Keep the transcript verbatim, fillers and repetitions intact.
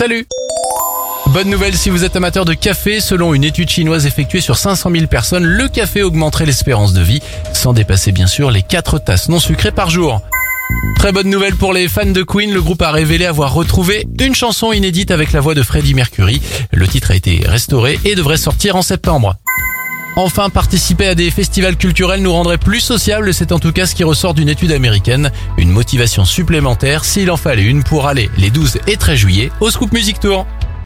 Salut! Bonne nouvelle si vous êtes amateur de café, selon une étude chinoise effectuée sur cinq cent mille personnes, le café augmenterait l'espérance de vie, sans dépasser bien sûr les quatre tasses non sucrées par jour. Très bonne nouvelle pour les fans de Queen, le groupe a révélé avoir retrouvé une chanson inédite avec la voix de Freddie Mercury. Le titre a été restauré et devrait sortir en septembre. Enfin, participer à des festivals culturels nous rendrait plus sociables, c'est en tout cas ce qui ressort d'une étude américaine. Une motivation supplémentaire s'il en fallait une pour aller les douze et treize juillet au Scoop Music Tour.